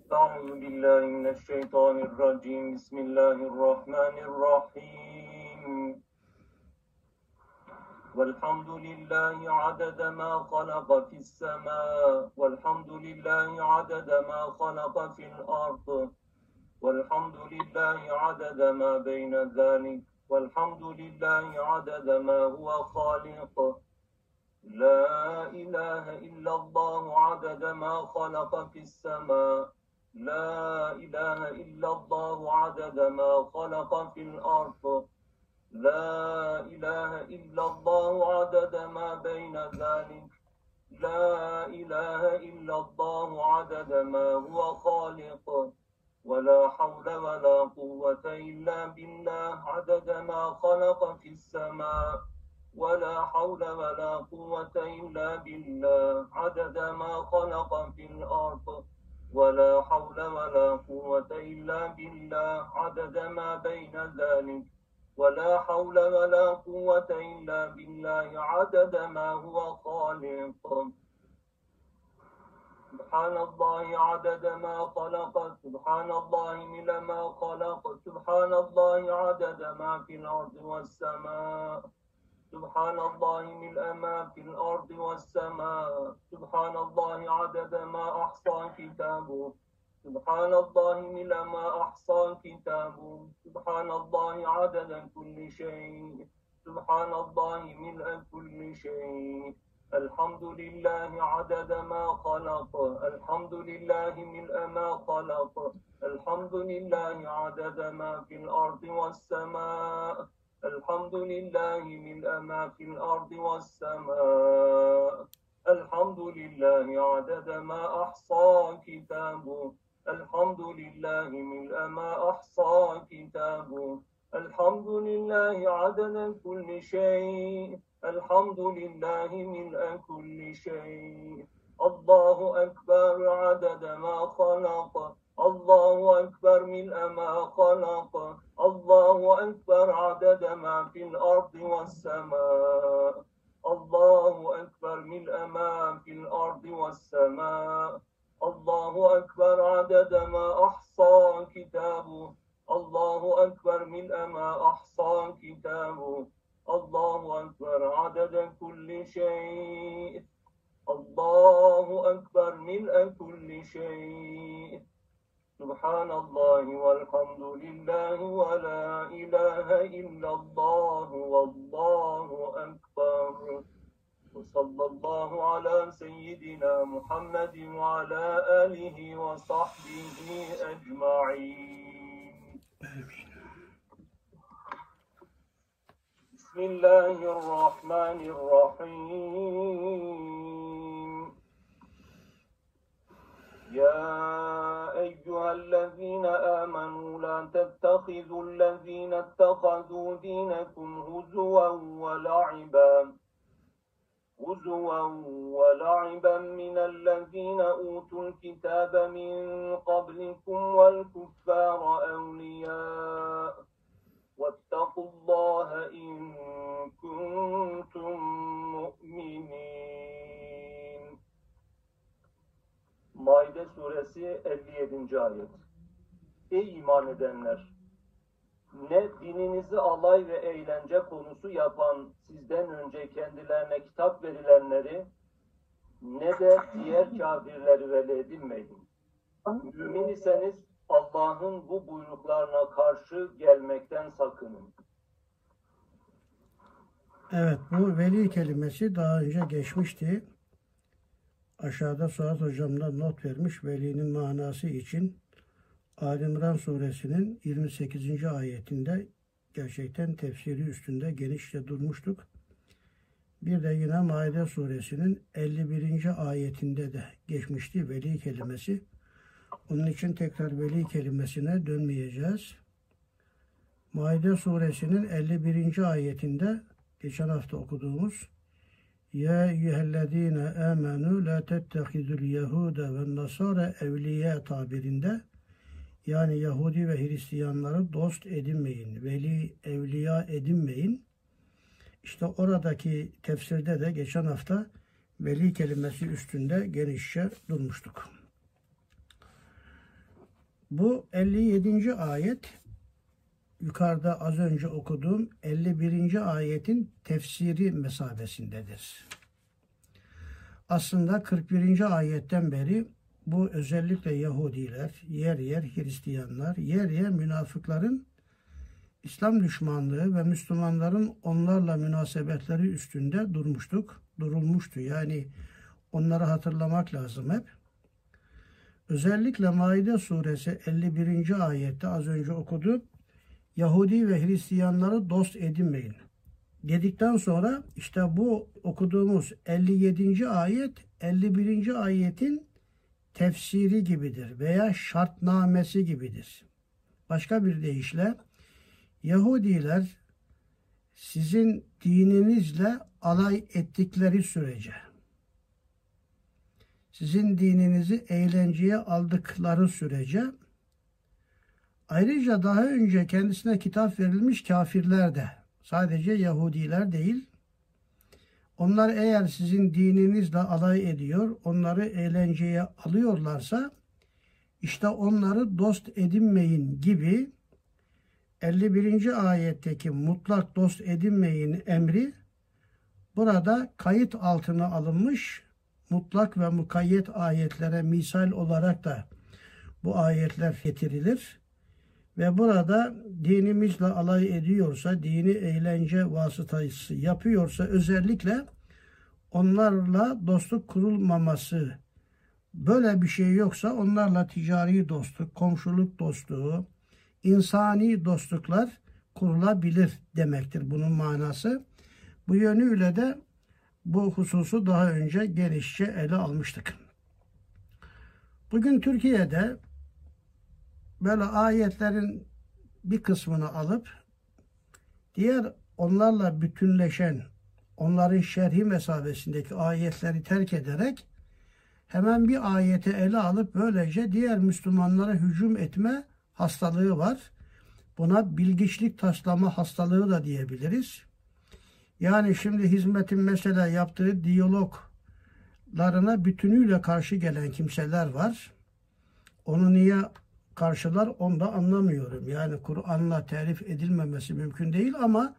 أعوذ بالله من الشيطان الرجيم بسم الله الرحمن الرحيم والحمد لله عدد ما خلق في السماء والحمد لله عدد ما خلق في الأرض والحمد لله عدد ما بين ذلك والحمد لله عدد ما هو خالق لا إله إلا الله عدد ما خلق في السماء لا إله إلا الله عدد ما خلق في الأرض لا إله إلا الله عدد ما بين ذلك لا إله إلا الله عدد ما هو خالق ولا حول ولا قوة إلا بالله عدد ما خلق في السماء ولا حول ولا قوة إلا بالله عدد ما خلق في الأرض ولا حول ولا قوة إلا بالله عدد ما بين ذلك ولا حول ولا قوة إلا بالله عدد ما هو خالق سبحان الله عدد ما خلق سبحان الله ملء ما خلق سبحان الله عدد ما في الأرض والسماء سبحان الله ملء ما في الأرض والسماء سبحان الله عدد ما أحصى كتابه سبحان الله ملء ما أحصى كتابه سبحان الله عدد كل شيء سبحان الله ملء كل شيء الحمد لله عدد ما خلق الحمد لله ملء ما خلق الحمد لله عدد ما في الأرض والسماء الحمد لله ملء ما في الأرض والسماء الحمد لله عدد ما أحصى كتابه الحمد لله ملء ما أحصى كتابه الحمد لله عدد كل شيء الحمد لله ملء كل شيء الله أكبر عدد ما خلق الله أكبر ملء ما خلق الله أكبر عدد ما في الأرض والسماء الله أكبر ملء ما في الأرض والسماء الله أكبر عدد ما أحصى كتابه الله أكبر ملء ما أحصى كتابه الله أكبر عدد كل شيء الله أكبر ملء كل شيء سبحان الله والحمد لله ولا إله إلا الله والله أكبر وصلى الله على سيدنا محمد وعلى آله وصحبه أجمعين بسم الله الرحمن الرحيم يا أيها الذين آمنوا لا تتخذوا الذين اتخذوا دينكم هزوا ولعبا من الذين أوتوا الكتاب من قبلكم والكفار أولياء واتقوا الله إن كنتم مؤمنين. Maide suresi 57. ayet. Ey iman edenler! Ne dininizi alay ve eğlence konusu yapan sizden önce kendilerine kitap verilenleri ne de diğer kafirleri veli edinmeyin. Mümin iseniz Allah'ın bu buyruklarına karşı gelmekten sakının. Evet, bu veli kelimesi daha önce geçmişti. Aşağıda Suat hocamdan not vermiş velinin manası için Ali İmran suresinin 28. ayetinde gerçekten tefsiri üstünde genişçe durmuştuk. Bir de yine Maide suresinin 51. ayetinde de geçmişti veli kelimesi. Onun için tekrar veli kelimesine dönmeyeceğiz. Maide suresinin 51. ayetinde geçen hafta okuduğumuz Ya eyyühellezine amenu la tettehidul yehude ve nasara evliya tabirinde, yani Yahudi ve Hristiyanları dost edinmeyin, veli, evliya edinmeyin. İşte oradaki tefsirde de geçen hafta veli kelimesi üstünde genişçe durmuştuk. Bu 57. ayet yukarıda az önce okuduğum 51. ayetin tefsiri mesabesindedir. Aslında 41. ayetten beri bu özellikle Yahudiler, yer yer Hristiyanlar, yer yer münafıkların İslam düşmanlığı ve Müslümanların onlarla münasebetleri üstünde durulmuştu. Yani onları hatırlamak lazım hep. Özellikle Maide suresi 51. ayette az önce okudu. Yahudi ve Hristiyanları dost edinmeyin dedikten sonra işte bu okuduğumuz 57. ayet 51. ayetin tefsiri gibidir veya şartnamesi gibidir. Başka bir deyişle Yahudiler sizin dininizle alay ettikleri sürece, sizin dininizi eğlenceye aldıkları sürece, ayrıca daha önce kendisine kitap verilmiş kafirler de, sadece Yahudiler değil, onlar eğer sizin dininizle alay ediyor, onları eğlenceye alıyorlarsa, işte onları dost edinmeyin gibi 51. ayetteki mutlak dost edinmeyin emri burada kayıt altına alınmış, mutlak ve mukayyet ayetlere misal olarak da bu ayetler getirilir. Ve burada dinimizle alay ediyorsa, dini eğlence vasıtası yapıyorsa özellikle onlarla dostluk kurulmaması, böyle bir şey yoksa onlarla ticari dostluk, komşuluk dostluğu, insani dostluklar kurulabilir demektir bunun manası. Bu yönüyle de bu hususu daha önce genişçe ele almıştık. Bugün Türkiye'de böyle ayetlerin bir kısmını alıp diğer onlarla bütünleşen, onların şerhi mesabesindeki ayetleri terk ederek hemen bir ayeti ele alıp böylece diğer Müslümanlara hücum etme hastalığı var. Buna bilgiçlik taslama hastalığı da diyebiliriz. Yani şimdi hizmetin mesela yaptığı diyaloglarına bütünüyle karşı gelen kimseler var. Onu niye karşılar onu da anlamıyorum. Yani Kur'an'la terif edilmemesi mümkün değil ama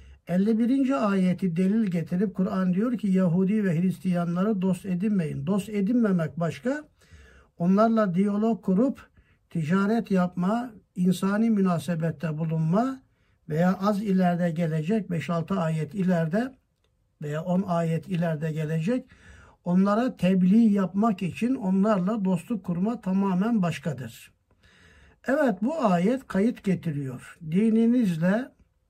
51. ayeti delil getirip Kur'an diyor ki Yahudi ve Hristiyanları dost edinmeyin. Dost edinmemek başka. Onlarla diyalog kurup ticaret yapma, insani münasebette bulunma veya az ileride gelecek 5-6 ayet ileride veya 10 ayet ileride gelecek onlara tebliğ yapmak için onlarla dostluk kurma tamamen başkadır. Evet bu ayet kayıt getiriyor. Dininizle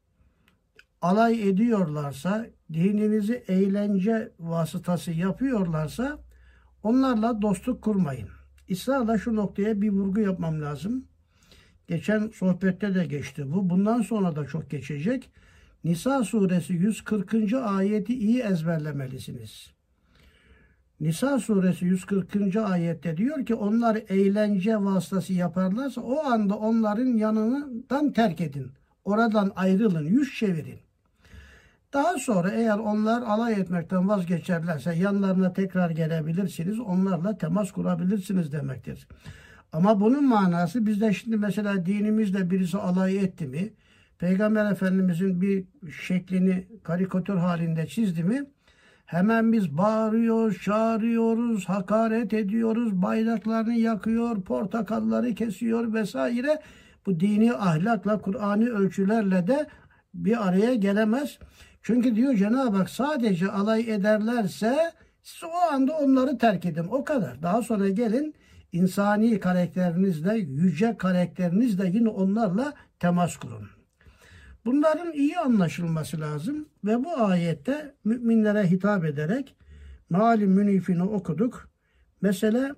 alay ediyorlarsa, dininizi eğlence vasıtası yapıyorlarsa onlarla dostluk kurmayın. İsrarla şu noktaya bir vurgu yapmam lazım. Geçen sohbette de geçti bu. Bundan sonra da çok geçecek. Nisa suresi 140. ayeti iyi ezberlemelisiniz. Nisa suresi 140. ayette diyor ki onlar eğlence vasıtası yaparlarsa o anda onların yanından terk edin. Oradan ayrılın, yüz çevirin. Daha sonra eğer onlar alay etmekten vazgeçerlerse yanlarına tekrar gelebilirsiniz. Onlarla temas kurabilirsiniz demektir. Ama bunun manası bizde şimdi mesela dinimizle birisi alay etti mi, Peygamber Efendimizin bir şeklini karikatür halinde çizdi mi, hemen biz bağırıyoruz, çağırıyoruz, hakaret ediyoruz, bayraklarını yakıyor, portakalları kesiyor vesaire. Bu dini ahlakla, Kur'ani ölçülerle de bir araya gelemez. Çünkü diyor Cenab-ı Hak sadece alay ederlerse siz o anda onları terk edin. O kadar. Daha sonra gelin insani karakterinizle, yüce karakterinizle yine onlarla temas kurun. Bunların iyi anlaşılması lazım ve bu ayette müminlere hitap ederek meali münifini okuduk. Mesela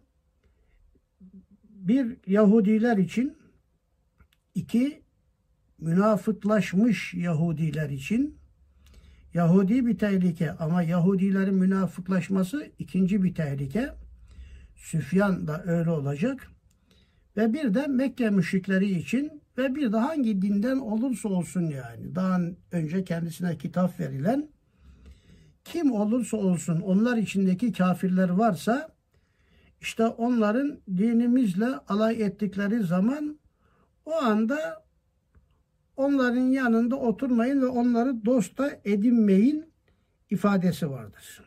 bir Yahudiler için, iki münafıklaşmış Yahudiler için Yahudi bir tehlike ama Yahudilerin münafıklaşması ikinci bir tehlike. Süfyan da öyle olacak. Ve bir de Mekke müşrikleri için ve bir de hangi dinden olursa olsun yani daha önce kendisine kitap verilen kim olursa olsun onlar içindeki kafirler varsa işte onların dinimizle alay ettikleri zaman o anda onların yanında oturmayın ve onları dost da edinmeyin ifadesi vardır.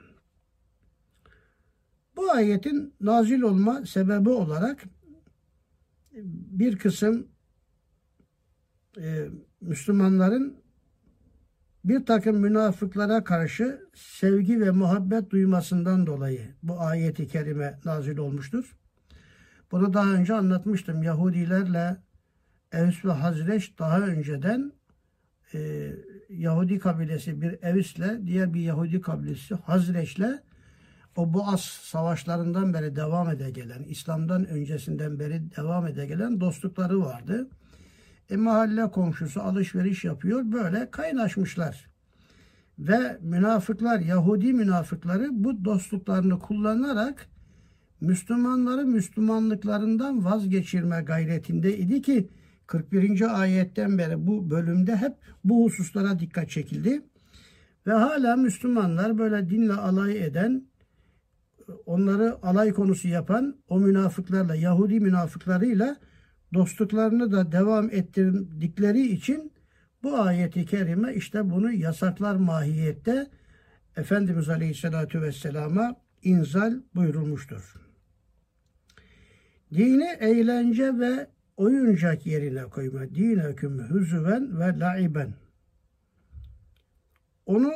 Bu ayetin nazil olma sebebi olarak bir kısım Müslümanların bir takım münafıklara karşı sevgi ve muhabbet duymasından dolayı bu ayeti kerime nazil olmuştur. Bunu daha önce anlatmıştım. Yahudilerle Evs ve Hazreç daha önceden Yahudi kabilesi bir Evs'le diğer bir Yahudi kabilesi Hazreç'le o Boğaz savaşlarından beri devam ede gelen, İslam'dan öncesinden beri devam ede gelen dostlukları vardı. Mahalle komşusu alışveriş yapıyor. Böyle kaynaşmışlar. Ve münafıklar, Yahudi münafıkları bu dostluklarını kullanarak Müslümanları Müslümanlıklarından vazgeçirme gayretindeydi ki 41. ayetten beri bu bölümde hep bu hususlara dikkat çekildi. Ve hala Müslümanlar böyle dinle alay eden, onları alay konusu yapan o münafıklarla, Yahudi münafıklarıyla dostluklarını da devam ettirdikleri için bu ayeti kerime işte bunu yasaklar mahiyette Efendimiz Aleyhisselatü Vesselam'a inzal buyurulmuştur. Dini eğlence ve oyuncak yerine koyma. Dineküm hüzüven ve laiben. Onu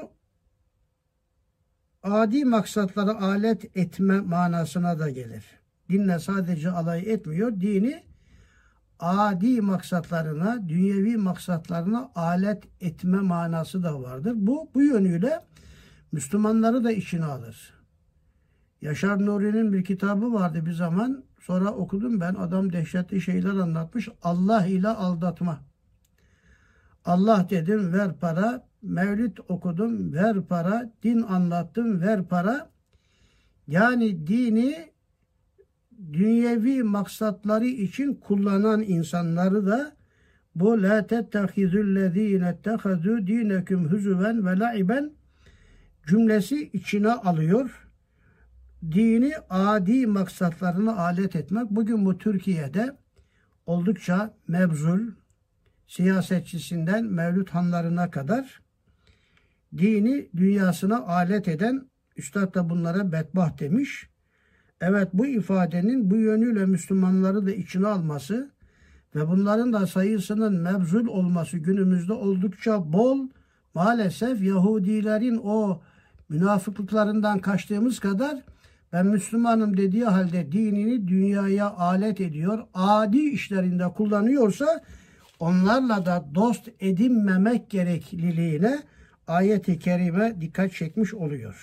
adi maksatlara alet etme manasına da gelir. Dinle sadece alay etmiyor. Dini adi maksatlarına, dünyevi maksatlarına alet etme manası da vardır. Bu yönüyle Müslümanları da içine alır. Yaşar Nuri'nin bir kitabı vardı bir zaman. Sonra okudum ben. Adam dehşetli şeyler anlatmış. Allah ile aldatma. Allah dedim ver para. Mevlid okudum ver para. Din anlattım ver para. Yani dini dünyevi maksatları için kullanan insanları da bu la tettehizüllezîne ettehazû dîneküm hüzüven ve laiben cümlesi içine alıyor. Dini adi maksatlarına alet etmek. Bugün bu Türkiye'de oldukça mebzul, siyasetçisinden Mevlüt hanlarına kadar dini dünyasına alet eden, Üstad da bunlara bedbaht demiş. Evet, bu ifadenin bu yönüyle Müslümanları da içine alması ve bunların da sayısının mebzul olması günümüzde oldukça bol. Maalesef Yahudilerin o münafıklıklarından kaçtığımız kadar ben Müslümanım dediği halde dinini dünyaya alet ediyor, adi işlerinde kullanıyorsa onlarla da dost edinmemek gerekliliğine ayet-i kerime dikkat çekmiş oluyor.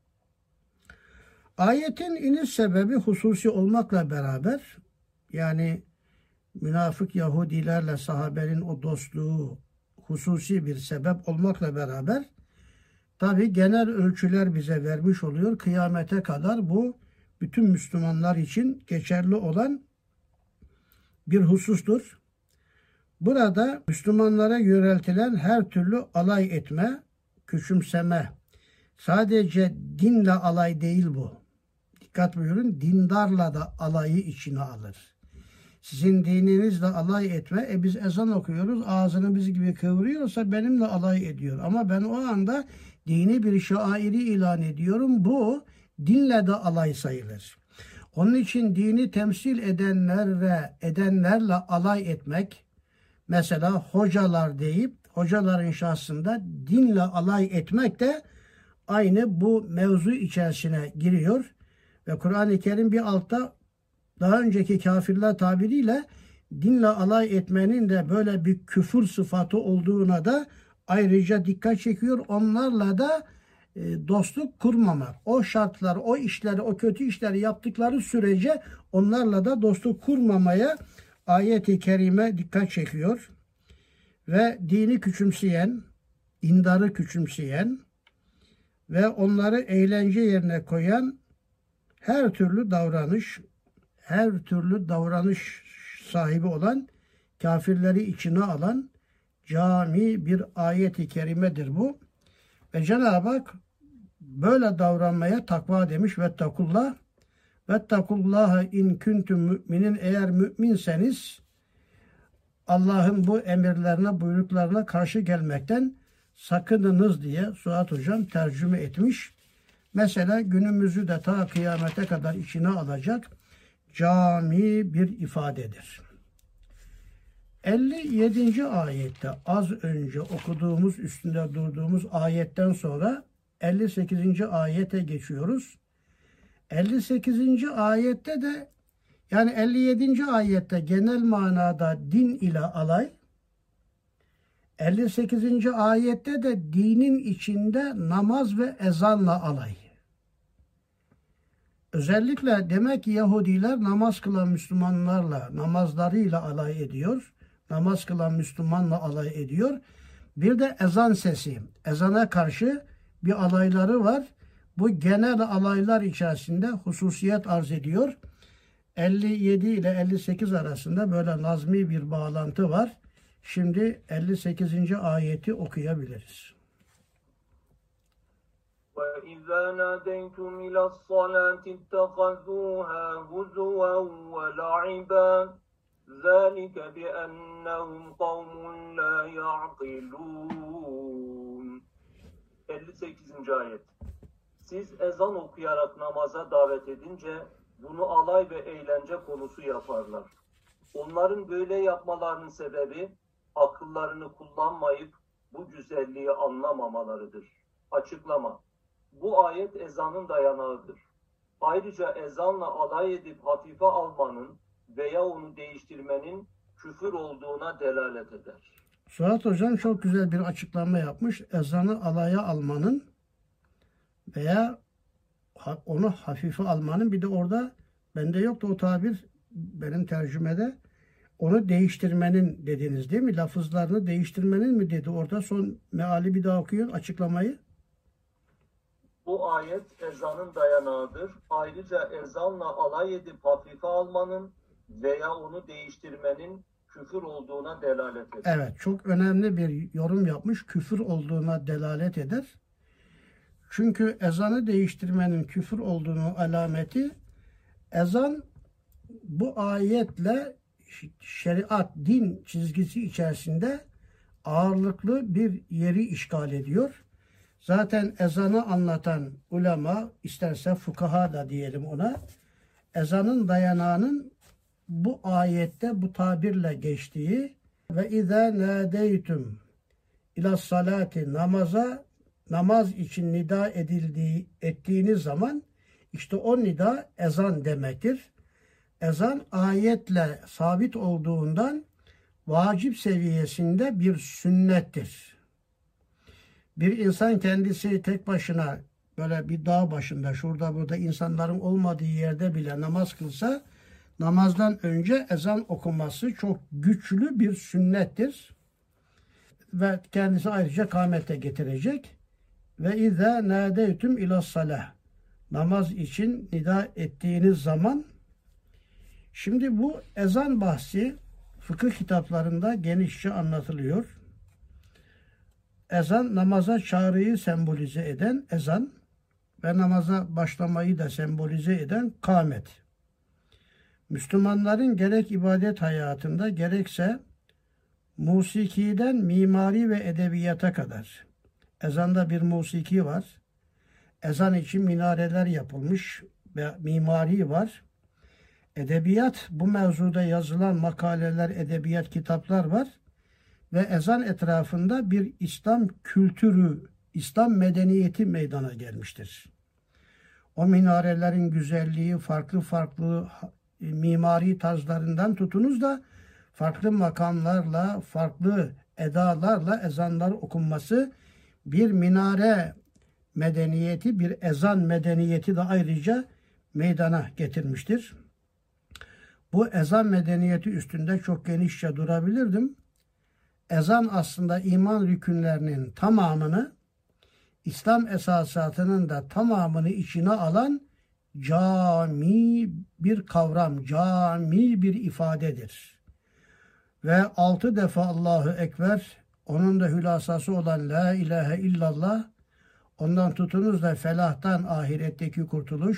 Ayetin iniş sebebi hususi olmakla beraber yani münafık Yahudilerle sahabenin o dostluğu hususi bir sebep olmakla beraber tabi genel ölçüler bize vermiş oluyor. Kıyamete kadar bu bütün Müslümanlar için geçerli olan bir husustur. Burada Müslümanlara yöneltilen her türlü alay etme, küçümseme, sadece dinle alay değil bu. Dikkat buyurun, dindarla da alayı içine alır. Sizin dininizle alay etme, biz ezan okuyoruz, ağzını biz gibi kıvırıyorsa benimle alay ediyor. Ama ben o anda dini bir şairi ilan ediyorum. Bu dinle de alay sayılır. Onun için dini temsil edenlerle alay etmek, mesela hocalar deyip hocaların şahsında dinle alay etmek de aynı bu mevzu içerisine giriyor. Ve Kur'an-ı Kerim bir altta daha önceki kafirler tabiriyle dinle alay etmenin de böyle bir küfür sıfatı olduğuna da ayrıca dikkat çekiyor. Onlarla da dostluk kurmamak. O şartlar, o işleri, o kötü işleri yaptıkları sürece onlarla da dostluk kurmamaya ayet-i kerime dikkat çekiyor. Ve dini küçümseyen, dindarı küçümseyen ve onları eğlence yerine koyan her türlü davranış sahibi olan, kafirleri içine alan cami bir ayet-i kerimedir bu. Ve Cenab-ı Hak böyle davranmaya takva demiş ve takullah Vettekullaha in kuntum müminin, eğer müminseniz Allah'ın bu emirlerine, buyruklarına karşı gelmekten sakınınız diye Suat Hocam tercüme etmiş. Mesela günümüzü de ta kıyamete kadar içine alacak cami bir ifadedir. 57. ayette az önce okuduğumuz, üstünde durduğumuz ayetten sonra 58. ayete geçiyoruz. 58. ayette de, yani 57. ayette genel manada din ile alay, 58. ayette de dinin içinde namaz ve ezanla alay. Özellikle demek ki Yahudiler namaz kılan Müslümanlarla, namazlarıyla alay ediyor. Namaz kılan Müslümanla alay ediyor. Bir de ezan sesi. Ezana karşı bir alayları var. Bu genel alaylar içerisinde hususiyet arz ediyor. 57 ile 58 arasında böyle nazmi bir bağlantı var. Şimdi 58. ayeti okuyabiliriz. وَإِذَا نَادَيْتُمْ إِلَى الصَّلَاةِ اتَّخَذُوهَا هُزُوًا وَلَعِبًا ذَلِكَ بِأَنَّهُمْ قَوْمٌ لَا يَعْقِلُونَ 58. ayet. Siz ezan okuyarak namaza davet edince bunu alay ve eğlence konusu yaparlar. Onların böyle yapmalarının sebebi akıllarını kullanmayıp bu güzelliği anlamamalarıdır. Açıklama. Bu ayet ezanın dayanağıdır. Ayrıca ezanla alay edip hafife almanın veya onu değiştirmenin küfür olduğuna delalet eder. Suat Hocam çok güzel bir açıklama yapmış. Ezanı alaya almanın veya onu hafife almanın, bir de orada bende yoktu o tabir, benim tercümede onu değiştirmenin dediniz değil mi? Lafızlarını değiştirmenin mi dedi? Orada son meali bir daha okuyun, açıklamayı. Bu ayet ezanın dayanağıdır. Ayrıca ezanla alay edip hafife almanın veya onu değiştirmenin küfür olduğuna delalet eder. Evet, çok önemli bir yorum yapmış. Küfür olduğuna delalet eder. Çünkü ezanı değiştirmenin küfür olduğunu alameti, ezan bu ayetle şeriat, din çizgisi içerisinde ağırlıklı bir yeri işgal ediyor. Zaten ezanı anlatan ulema, isterse fukaha da diyelim ona, ezanın dayanağının bu ayette bu tabirle geçtiği ve izâ nâdeytüm ila salati, namaz için nida ettiğiniz zaman işte o nida ezan demektir. Ezan ayetle sabit olduğundan vacip seviyesinde bir sünnettir. Bir insan kendisi tek başına böyle bir dağ başında, şurada burada insanların olmadığı yerde bile namaz kılsa, namazdan önce ezan okunması çok güçlü bir sünnettir. Ve kendisi ayrıca kâmete getirecek. Ve izâ nâdeytüm ilâs-salâh, namaz için nida ettiğiniz zaman. Şimdi bu ezan bahsi fıkıh kitaplarında genişçe anlatılıyor. Ezan, namaza çağrıyı sembolize eden ezan ve namaza başlamayı da sembolize eden kâmet. Müslümanların gerek ibadet hayatında gerekse musikiden mimari ve edebiyata kadar ezanda bir musiki var. Ezan için minareler yapılmış ve mimari var. Edebiyat, bu mevzuda yazılan makaleler, edebiyat kitaplar var. Ve ezan etrafında bir İslam kültürü, İslam medeniyeti meydana gelmiştir. O minarelerin güzelliği, farklı farklı mimari tarzlarından tutunuz da farklı makamlarla, farklı edalarla ezanlar okunması, bir minare medeniyeti, bir ezan medeniyeti de ayrıca meydana getirmiştir. Bu ezan medeniyeti üstünde çok genişçe durabilirdim. Ezan aslında iman rükünlerinin tamamını, İslam esasatının da tamamını içine alan cami bir kavram, cami bir ifadedir. Ve 6 defa Allahu Ekber, onun da hülasası olan La ilahe illallah, ondan tutunuz da felahtan ahiretteki kurtuluş,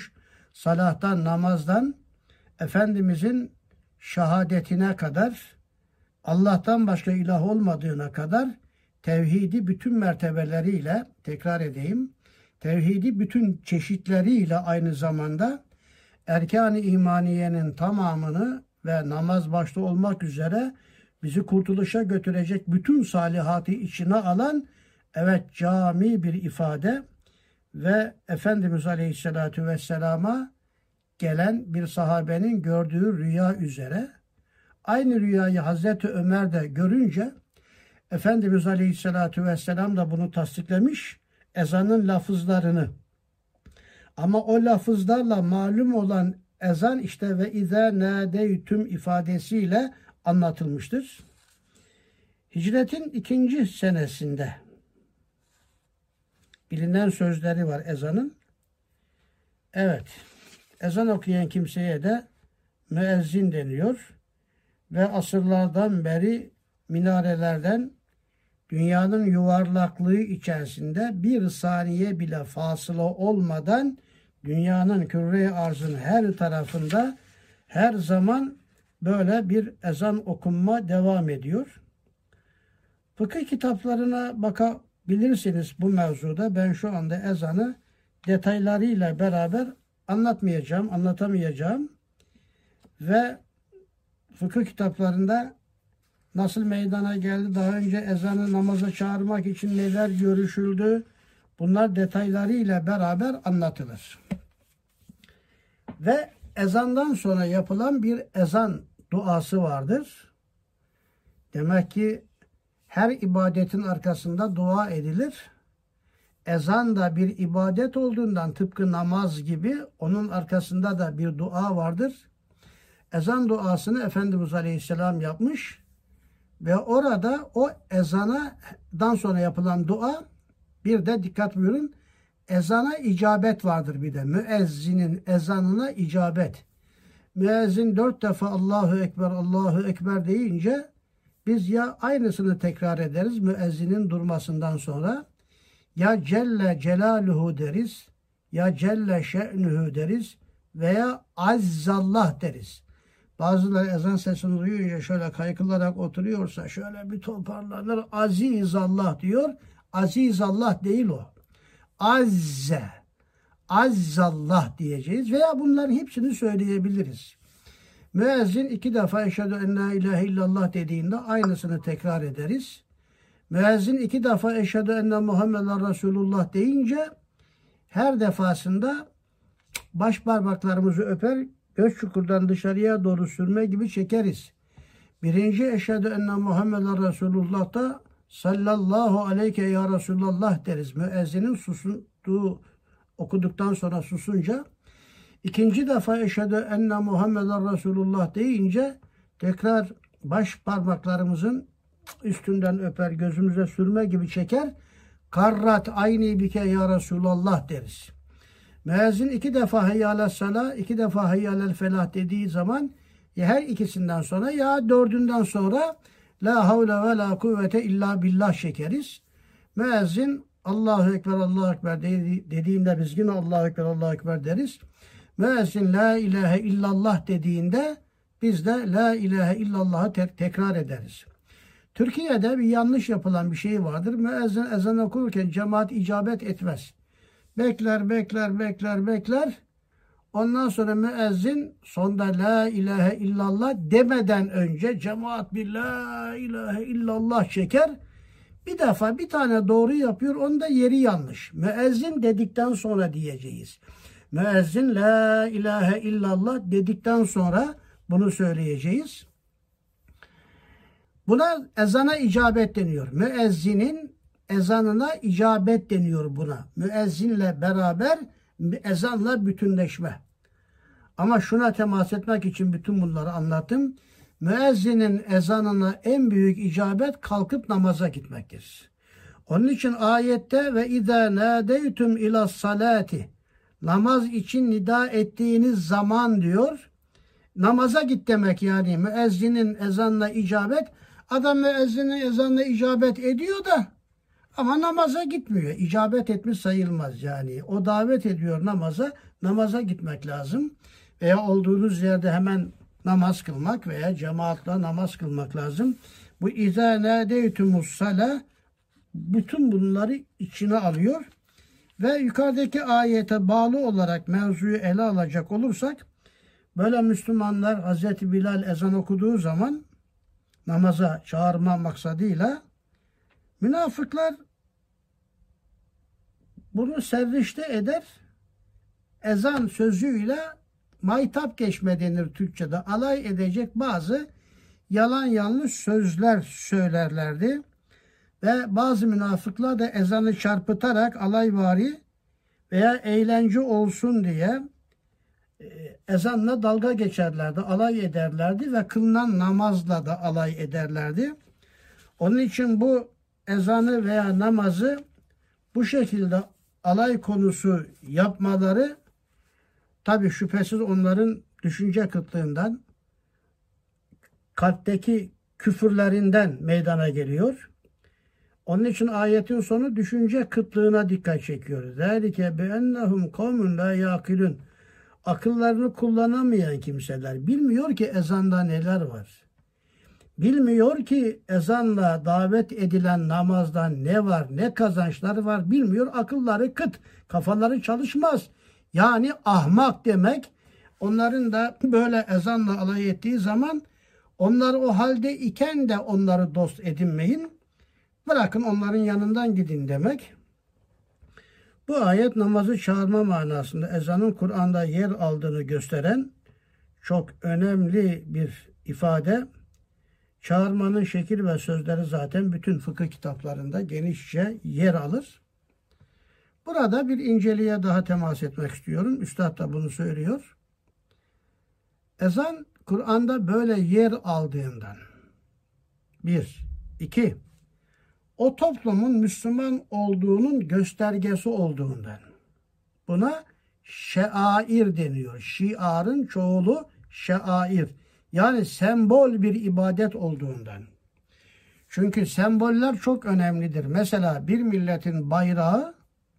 salahtan, namazdan, Efendimizin şehadetine kadar, Allah'tan başka ilah olmadığına kadar tevhidi bütün mertebeleriyle, tekrar edeyim, tevhidi bütün çeşitleriyle aynı zamanda erkan-ı imaniyenin tamamını ve namaz başta olmak üzere bizi kurtuluşa götürecek bütün salihatı içine alan, evet, cami bir ifade ve Efendimiz Aleyhisselatü Vesselam'a gelen bir sahabenin gördüğü rüya üzere, aynı rüyayı Hazreti Ömer de görünce Efendimiz Aleyhisselatü Vesselam da bunu tasdiklemiş, ezanın lafızlarını. Ama o lafızlarla malum olan ezan işte ve izâ nâdeytüm ifadesiyle anlatılmıştır. Hicretin 2. senesinde bilinen sözleri var ezanın. Evet, ezan okuyan kimseye de müezzin deniyor ve asırlardan beri minarelerden dünyanın yuvarlaklığı içerisinde bir saniye bile fasıla olmadan dünyanın küre-i arzın her tarafında her zaman böyle bir ezan okunma devam ediyor. Fıkıh kitaplarına bakabilirsiniz bu mevzuda. Ben şu anda ezanı detaylarıyla beraber anlatamayacağım. Ve fıkıh kitaplarında nasıl meydana geldi, daha önce ezanı namaza çağırmak için neler görüşüldü, bunlar detaylarıyla beraber anlatılır. Ve ezandan sonra yapılan bir ezan duası vardır. Demek ki her ibadetin arkasında dua edilir. Ezan da bir ibadet olduğundan tıpkı namaz gibi onun arkasında da bir dua vardır. Ezan duasını Efendimiz Aleyhisselam yapmış ve orada o ezanadan sonra yapılan dua, bir de dikkat buyurun, ezana icabet vardır bir de. Müezzinin ezanına icabet. Müezzin 4 defa Allahu Ekber, Allahu Ekber deyince biz ya aynısını tekrar ederiz müezzinin durmasından sonra, ya Celle Celaluhu deriz, ya Celle Şe'nuhu deriz veya Azzallah deriz. Bazıları ezan sesini duyunca şöyle kaykılarak oturuyorsa şöyle bir toparlanır, Aziz Allah diyor. Aziz Allah değil o. Azze, Azzallah diyeceğiz veya bunların hepsini söyleyebiliriz. Müezzin 2 defa eşhedü en la ilahe illallah dediğinde aynısını tekrar ederiz. Müezzin 2 defa eşhedü enne Muhammeden Resulullah deyince her defasında baş parmaklarımızı öper, göz çukurdan dışarıya doğru sürme gibi çekeriz. Birinci eşhedü enne Muhammeden Resulullah'ta sallallahu aleyke ya Resulallah deriz. Müezzinin susunduğu, okuduktan sonra susunca. İkinci defa eşhedü enne Muhammeden Resulullah deyince tekrar baş parmaklarımızın üstünden öper, gözümüze sürme gibi çeker. Karrat ayni bike ya Resulallah deriz. Müezzin 2 defa heyyâles salâ, 2 defa heyyâlel felah dediği zaman ya her ikisinden sonra ya 4'ünden sonra la havle ve la kuvvete illa billah çekeriz. Müezzin Allahu Ekber, Allahu Ekber dediğinde biz yine Allahu Ekber, Allahu Ekber deriz. Müezzin la ilahe illallah dediğinde biz de la ilahe illallah'ı tekrar ederiz. Türkiye'de bir yanlış yapılan bir şey vardır. Müezzin ezan okurken cemaat icabet etmez. Bekler. Ondan sonra müezzin sonda la ilahe illallah demeden önce cemaat bir la ilahe illallah çeker. Bir defa bir tane doğru yapıyor. Onun da yeri yanlış. Müezzin dedikten sonra diyeceğiz. Müezzin la ilahe illallah dedikten sonra bunu söyleyeceğiz. Buna ezana icabet deniyor. Müezzinin ezanına icabet deniyor buna. Müezzinle beraber ezanla bütünleşme. Ama şuna temas etmek için bütün bunları anlattım. Müezzinin ezanına en büyük icabet kalkıp namaza gitmektir. Onun için ayette ve izâ nâdeytüm ilas salati, namaz için nida ettiğiniz zaman diyor. Namaza git demek yani. Müezzinin ezanla icabet. Adam müezzinin ezanla icabet ediyor da Ama namaza gitmiyor. İcabet etmiş sayılmaz yani. O davet ediyor namaza. Namaza gitmek lazım. Veya olduğunuz yerde hemen namaz kılmak veya cemaatle namaz kılmak lazım. Bu izâ nâdeytumus salâ bütün bunları içine alıyor. Ve yukarıdaki ayete bağlı olarak mevzuyu ele alacak olursak böyle Müslümanlar Hazreti Bilal ezan okuduğu zaman namaza çağırma maksadıyla münafıklar bunu serrişte eder. Ezan sözüyle maytap geçme denir Türkçe'de. Alay edecek bazı yalan yanlış sözler söylerlerdi. Ve bazı münafıklar da ezanı çarpıtarak alayvari veya eğlence olsun diye ezanla dalga geçerlerdi, alay ederlerdi ve kılınan namazla da alay ederlerdi. Onun için bu ezanı veya namazı bu şekilde alay konusu yapmaları tabii şüphesiz onların düşünce kıtlığından, kalpteki küfürlerinden meydana geliyor. Onun için ayetin sonu düşünce kıtlığına dikkat çekiyor. ذَٰلِكَ بِأَنَّهُمْ قَوْمٌ لَا يَعْقِلُونَ Akıllarını kullanamayan kimseler. Bilmiyor ki ezanda neler var. Bilmiyor ki ezanla davet edilen namazdan ne var, ne kazançlar var bilmiyor. Akılları kıt, kafaları çalışmaz. Yani ahmak demek. Onların da böyle ezanla alay ettiği zaman onlar o halde iken de onları dost edinmeyin. Bırakın onların yanından gidin demek. Bu ayet namazı çağırma manasında ezanın Kur'an'da yer aldığını gösteren çok önemli bir ifade. Çağırmanın şekil ve sözleri zaten bütün fıkıh kitaplarında genişçe yer alır. Burada bir inceliğe daha temas etmek istiyorum. Üstad da bunu söylüyor. Ezan Kur'an'da böyle yer aldığından. 1. 2. O toplumun Müslüman olduğunun göstergesi olduğundan. Buna şeair deniyor. Şiarın çoğulu şeair. Yani sembol bir ibadet olduğundan. Çünkü semboller çok önemlidir. Mesela bir milletin bayrağı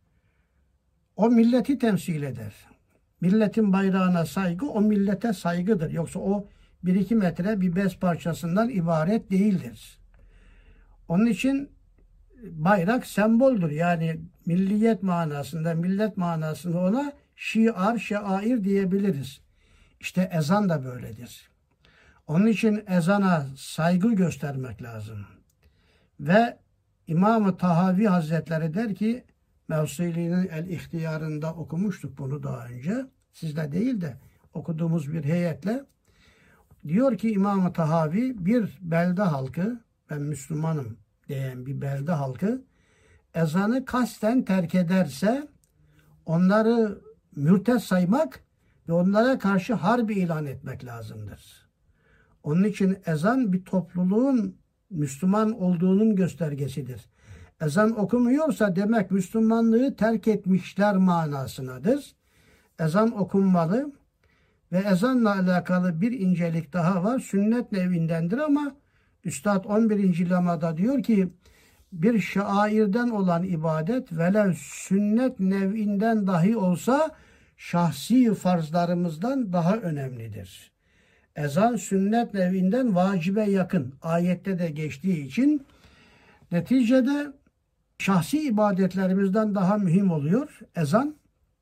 o milleti temsil eder. Milletin bayrağına saygı o millete saygıdır. Yoksa o 1-2 metre bir bez parçasından ibaret değildir. Onun için bayrak semboldür. Yani milliyet manasında, millet manasında ona şiar, şeair diyebiliriz. İşte ezan da böyledir. Onun için ezana saygı göstermek lazım. Ve İmam-ı Tahavi Hazretleri der ki, Mevsili'nin el-İhtiyarında okumuştuk bunu daha önce. Sizle değil de okuduğumuz bir heyetle. Diyor ki İmam-ı Tahavi bir belde halkı, ben Müslümanım diyen bir belde halkı ezanı kasten terk ederse onları mürted saymak ve onlara karşı harbi ilan etmek lazımdır. Onun için ezan bir topluluğun Müslüman olduğunun göstergesidir. Ezan okumuyorsa demek Müslümanlığı terk etmişler manasınadır. Ezan okunmalı ve ezanla alakalı bir incelik daha var. Sünnet nevindendir ama Üstad 11. lemada diyor ki bir şairden olan ibadet velev sünnet nevinden dahi olsa şahsi farzlarımızdan daha önemlidir. Ezan sünnet nevinden vacibe yakın. Ayette de geçtiği için neticede şahsi ibadetlerimizden daha mühim oluyor ezan.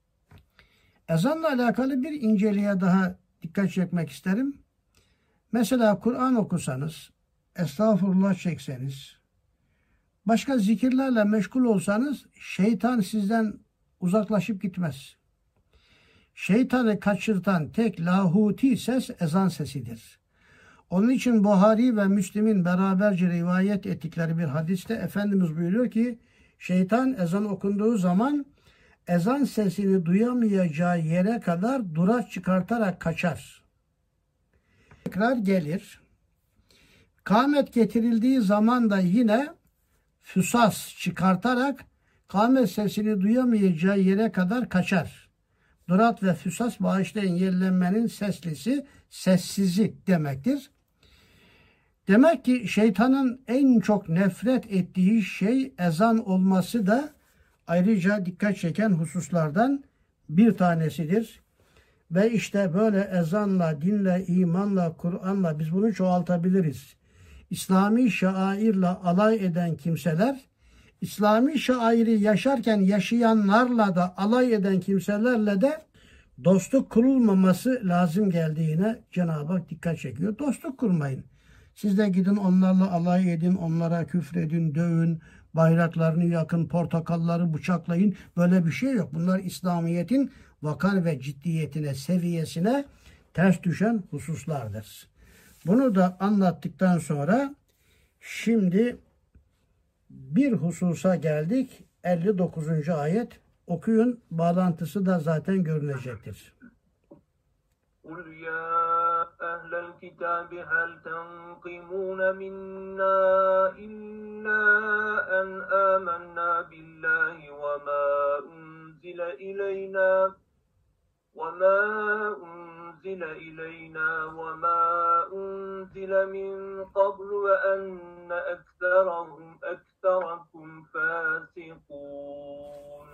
Ezanla alakalı bir inceliğe daha dikkat çekmek isterim. Mesela Kur'an okusanız, estağfurullah çekseniz, başka zikirlerle meşgul olsanız şeytan sizden uzaklaşıp gitmez. Şeytanı kaçırtan tek lahuti ses ezan sesidir. Onun için Buhari ve Müslim'in beraberce rivayet ettikleri bir hadiste Efendimiz buyuruyor ki şeytan ezan okunduğu zaman ezan sesini duyamayacağı yere kadar duraç çıkartarak kaçar. Tekrar gelir. Kâmet getirildiği zaman da yine füsas çıkartarak kâmet sesini duyamayacağı yere kadar kaçar. Durat ve füsas bağışlayın yenilenmenin seslisi, sessizi demektir. Demek ki şeytanın en çok nefret ettiği şey ezan olması da ayrıca dikkat çeken hususlardan bir tanesidir. Ve işte böyle ezanla, dinle, imanla, Kur'an'la biz bunu çoğaltabiliriz. İslami şairle alay eden kimseler, İslami şairi yaşarken yaşayanlarla da alay eden kimselerle de dostluk kurulmaması lazım geldiğine Cenab-ı Hak dikkat çekiyor. Dostluk kurmayın. Siz de gidin onlarla alay edin, onlara küfredin, dövün, bayraklarını yakın, portakalları bıçaklayın. Böyle bir şey yok. Bunlar İslamiyet'in vakar ve ciddiyetine, seviyesine ters düşen hususlardır. Bunu da anlattıktan sonra şimdi bir hususa geldik. 59. ayet. Okuyun. Bağlantısı da zaten görünecektir. قُلْ يَا أَهْلَ الْكِتَابِ هَلْ تَنْقِمُونَ مِنَّا إِلَّا أَنْ آمَنَّا بِاللَّهِ وَمَا أُنْزِلَ إِلَيْنَا وَمَا أُنْزِلَ مِنْ قَبْلُ وَأَنَّ أَكْثَرَكُمْ فَاسِقُونَ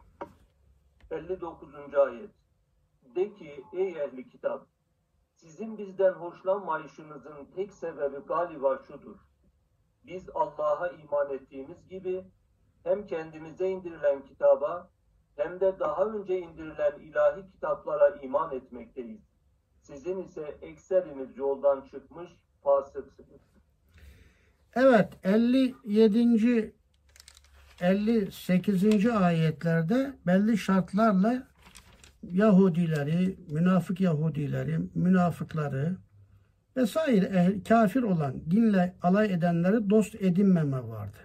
59. ayet. De ki ey ehli kitap, sizin bizden hoşlanmayışınızın tek sebebi galiba şudur. Biz Allah'a iman ettiğimiz gibi hem kendimize indirilen kitaba hem de daha önce indirilen ilahi kitaplara iman etmekteyiz. Sizin ise ekseriniz yoldan çıkmış fasıksınız. Evet, 57. 58. ayetlerde belli şartlarla Yahudileri, münafık Yahudileri, münafıkları vesaire kafir olan, dinle alay edenleri dost edinmeme vardı.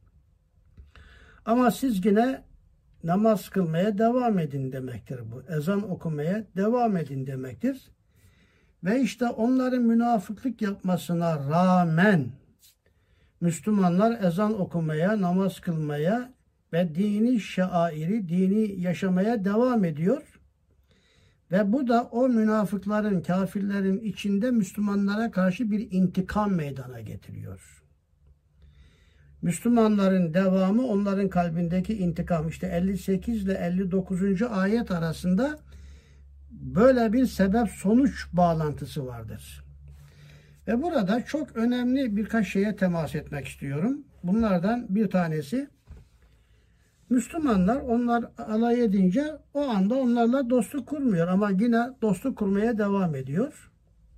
Ama siz yine namaz kılmaya devam edin demektir bu. Ezan okumaya devam edin demektir. Ve işte onların münafıklık yapmasına rağmen Müslümanlar ezan okumaya, namaz kılmaya ve dini şairi, dini yaşamaya devam ediyor. Ve bu da o münafıkların, kafirlerin içinde Müslümanlara karşı bir intikam meydana getiriyor. Müslümanların devamı onların kalbindeki intikam. İşte 58 ile 59. ayet arasında böyle bir sebep-sonuç bağlantısı vardır. Ve burada çok önemli birkaç şeye temas etmek istiyorum. Bunlardan bir tanesi, Müslümanlar onlar alay edince o anda onlarla dostluk kurmuyor ama yine dostluk kurmaya devam ediyor.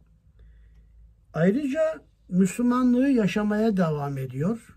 Ayrıca Müslümanlığı yaşamaya devam ediyor.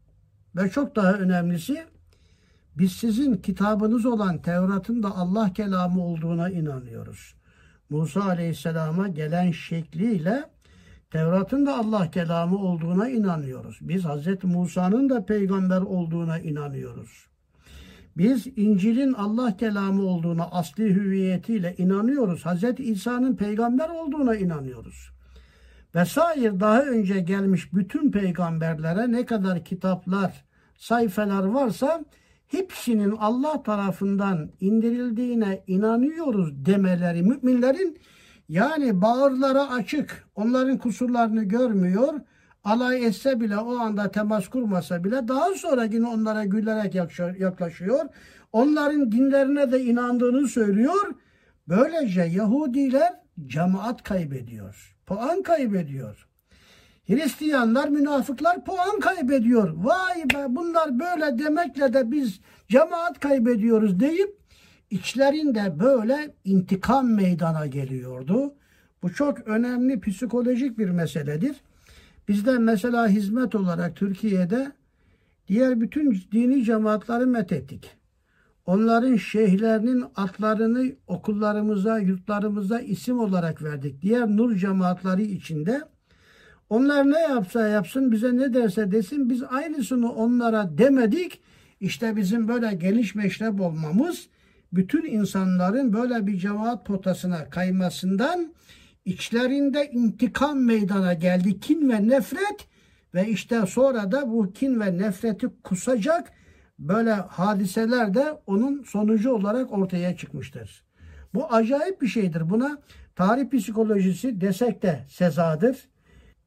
Ve çok daha önemlisi, biz sizin kitabınız olan Tevrat'ın da Allah kelamı olduğuna inanıyoruz. Musa Aleyhisselam'a gelen şekliyle Tevrat'ın da Allah kelamı olduğuna inanıyoruz. Biz Hz. Musa'nın da peygamber olduğuna inanıyoruz. Biz İncil'in Allah kelamı olduğuna asli hüviyetiyle inanıyoruz. Hz. İsa'nın peygamber olduğuna inanıyoruz. Vesaire daha önce gelmiş bütün peygamberlere ne kadar kitaplar, sayfeler varsa hepsinin Allah tarafından indirildiğine inanıyoruz demeleri müminlerin, yani bağırları açık, onların kusurlarını görmüyor, alay etse bile, o anda temas kurmasa bile daha sonra yine onlara gülerek yaklaşıyor. Onların dinlerine de inandığını söylüyor. Böylece Yahudiler cemaat kaybediyor, puan kaybediyor. Hristiyanlar, münafıklar puan kaybediyor. Vay be, bunlar böyle demekle de biz cemaat kaybediyoruz deyip içlerinde böyle intikam meydana geliyordu. Bu çok önemli psikolojik bir meseledir. Bizde mesela hizmet olarak Türkiye'de diğer bütün dini cemaatleri methettik. Onların şeyhlerinin adlarını okullarımıza, yurtlarımıza isim olarak verdik. Diğer nur cemaatleri içinde onlar ne yapsa yapsın, bize ne derse desin, biz aynısını onlara demedik. İşte bizim böyle geniş meşrep olmamız, bütün insanların böyle bir cemaat potasına kaymasından içlerinde intikam meydana geldi. Kin ve nefret ve işte sonra da bu kin ve nefreti kusacak böyle hadiseler de onun sonucu olarak ortaya çıkmıştır. Bu acayip bir şeydir. Buna tarih psikolojisi desek de sezadır.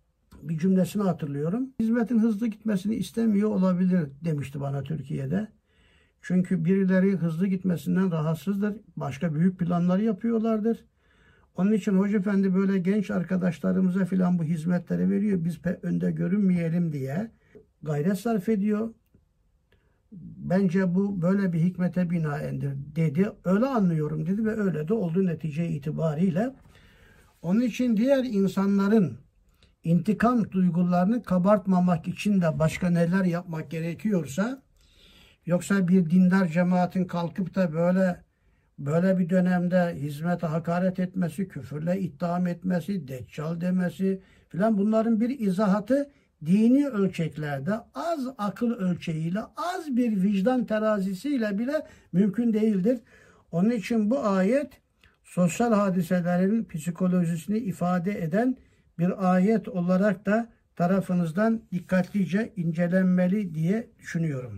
bir cümlesini hatırlıyorum. Hizmetin hızlı gitmesini istemiyor olabilir demişti bana Türkiye'de. Çünkü birileri hızlı gitmesinden rahatsızdır. Başka büyük planları yapıyorlardır. Onun için Hoca Efendi böyle genç arkadaşlarımıza filan bu hizmetleri veriyor. Biz önde görünmeyelim diye gayret sarf ediyor. Bence bu böyle bir hikmete binaendir dedi. Öyle anlıyorum dedi ve öyle de oldu netice itibariyle. Onun için diğer insanların intikam duygularını kabartmamak için de başka neler yapmak gerekiyorsa, yoksa bir dindar cemaatin kalkıp da böyle bir dönemde hizmete hakaret etmesi, küfürle ittiham etmesi, deccal demesi filan, bunların bir izahatı dini ölçeklerde az akıl ölçeğiyle, az bir vicdan terazisiyle bile mümkün değildir. Onun için bu ayet sosyal hadiselerin psikolojisini ifade eden bir ayet olarak da tarafınızdan dikkatlice incelenmeli diye düşünüyorum.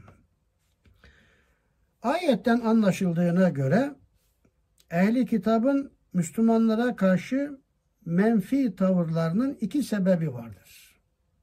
Ayetten anlaşıldığına göre ehli kitabın Müslümanlara karşı menfi tavırlarının iki sebebi vardır.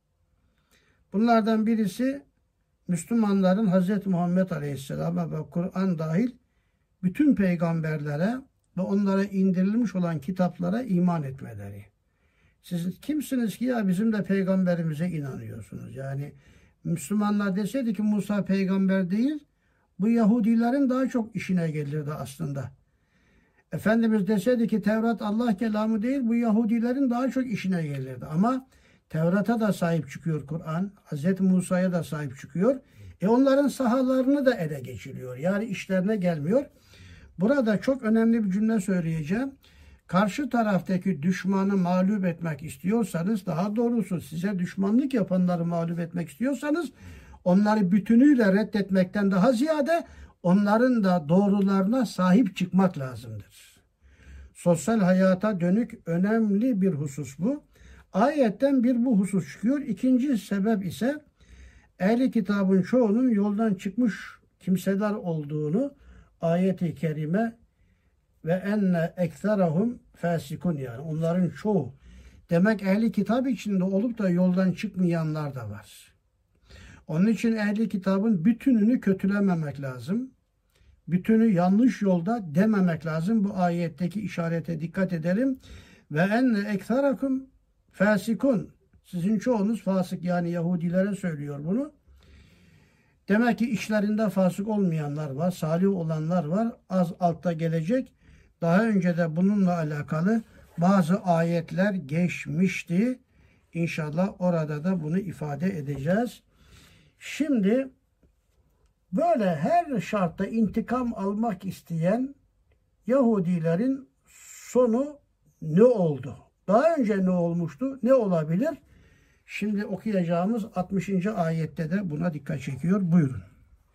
Bunlardan birisi Müslümanların Hz. Muhammed Aleyhisselam'a ve Kur'an dahil bütün peygamberlere ve onlara indirilmiş olan kitaplara iman etmeleri. Siz kimsiniz ki ya bizim de peygamberimize inanıyorsunuz? Yani Müslümanlar deseydi ki Musa peygamber değil, bu Yahudilerin daha çok işine gelirdi aslında. Efendimiz deseydi ki Tevrat Allah kelamı değil, bu Yahudilerin daha çok işine gelirdi. Ama Tevrat'a da sahip çıkıyor Kur'an. Hz. Musa'ya da sahip çıkıyor. Onların sahalarını da ele geçiriyor. Yani işlerine gelmiyor. Burada çok önemli bir cümle söyleyeceğim. Karşı taraftaki düşmanı mağlup etmek istiyorsanız, daha doğrusu size düşmanlık yapanları mağlup etmek istiyorsanız, onları bütünüyle reddetmekten daha ziyade onların da doğrularına sahip çıkmak lazımdır. Sosyal hayata dönük önemli bir husus bu. Ayetten bu husus çıkıyor. İkinci sebep ise ehli kitabın çoğunun yoldan çıkmış kimseler olduğunu ayet-i kerime ve enne ekserahum fasikun, yani onların çoğu. Demek ehli kitap içinde olup da yoldan çıkmayanlar da var. Onun için ehli kitabın bütününü kötülememek lazım. Bütünü yanlış yolda dememek lazım. Bu ayetteki işarete dikkat edelim. Ve enne ekserakum fasikun. Sizin çoğunuz fasık, yani Yahudilere söylüyor bunu. Demek ki işlerinde fasık olmayanlar var, salih olanlar var. Az altta gelecek. Daha önce de bununla alakalı bazı ayetler geçmişti. İnşallah orada da bunu ifade edeceğiz. Şimdi böyle her şartta intikam almak isteyen Yahudilerin sonu ne oldu? Daha önce ne olmuştu? Ne olabilir? Şimdi okuyacağımız 60. ayette de buna dikkat çekiyor. Buyurun.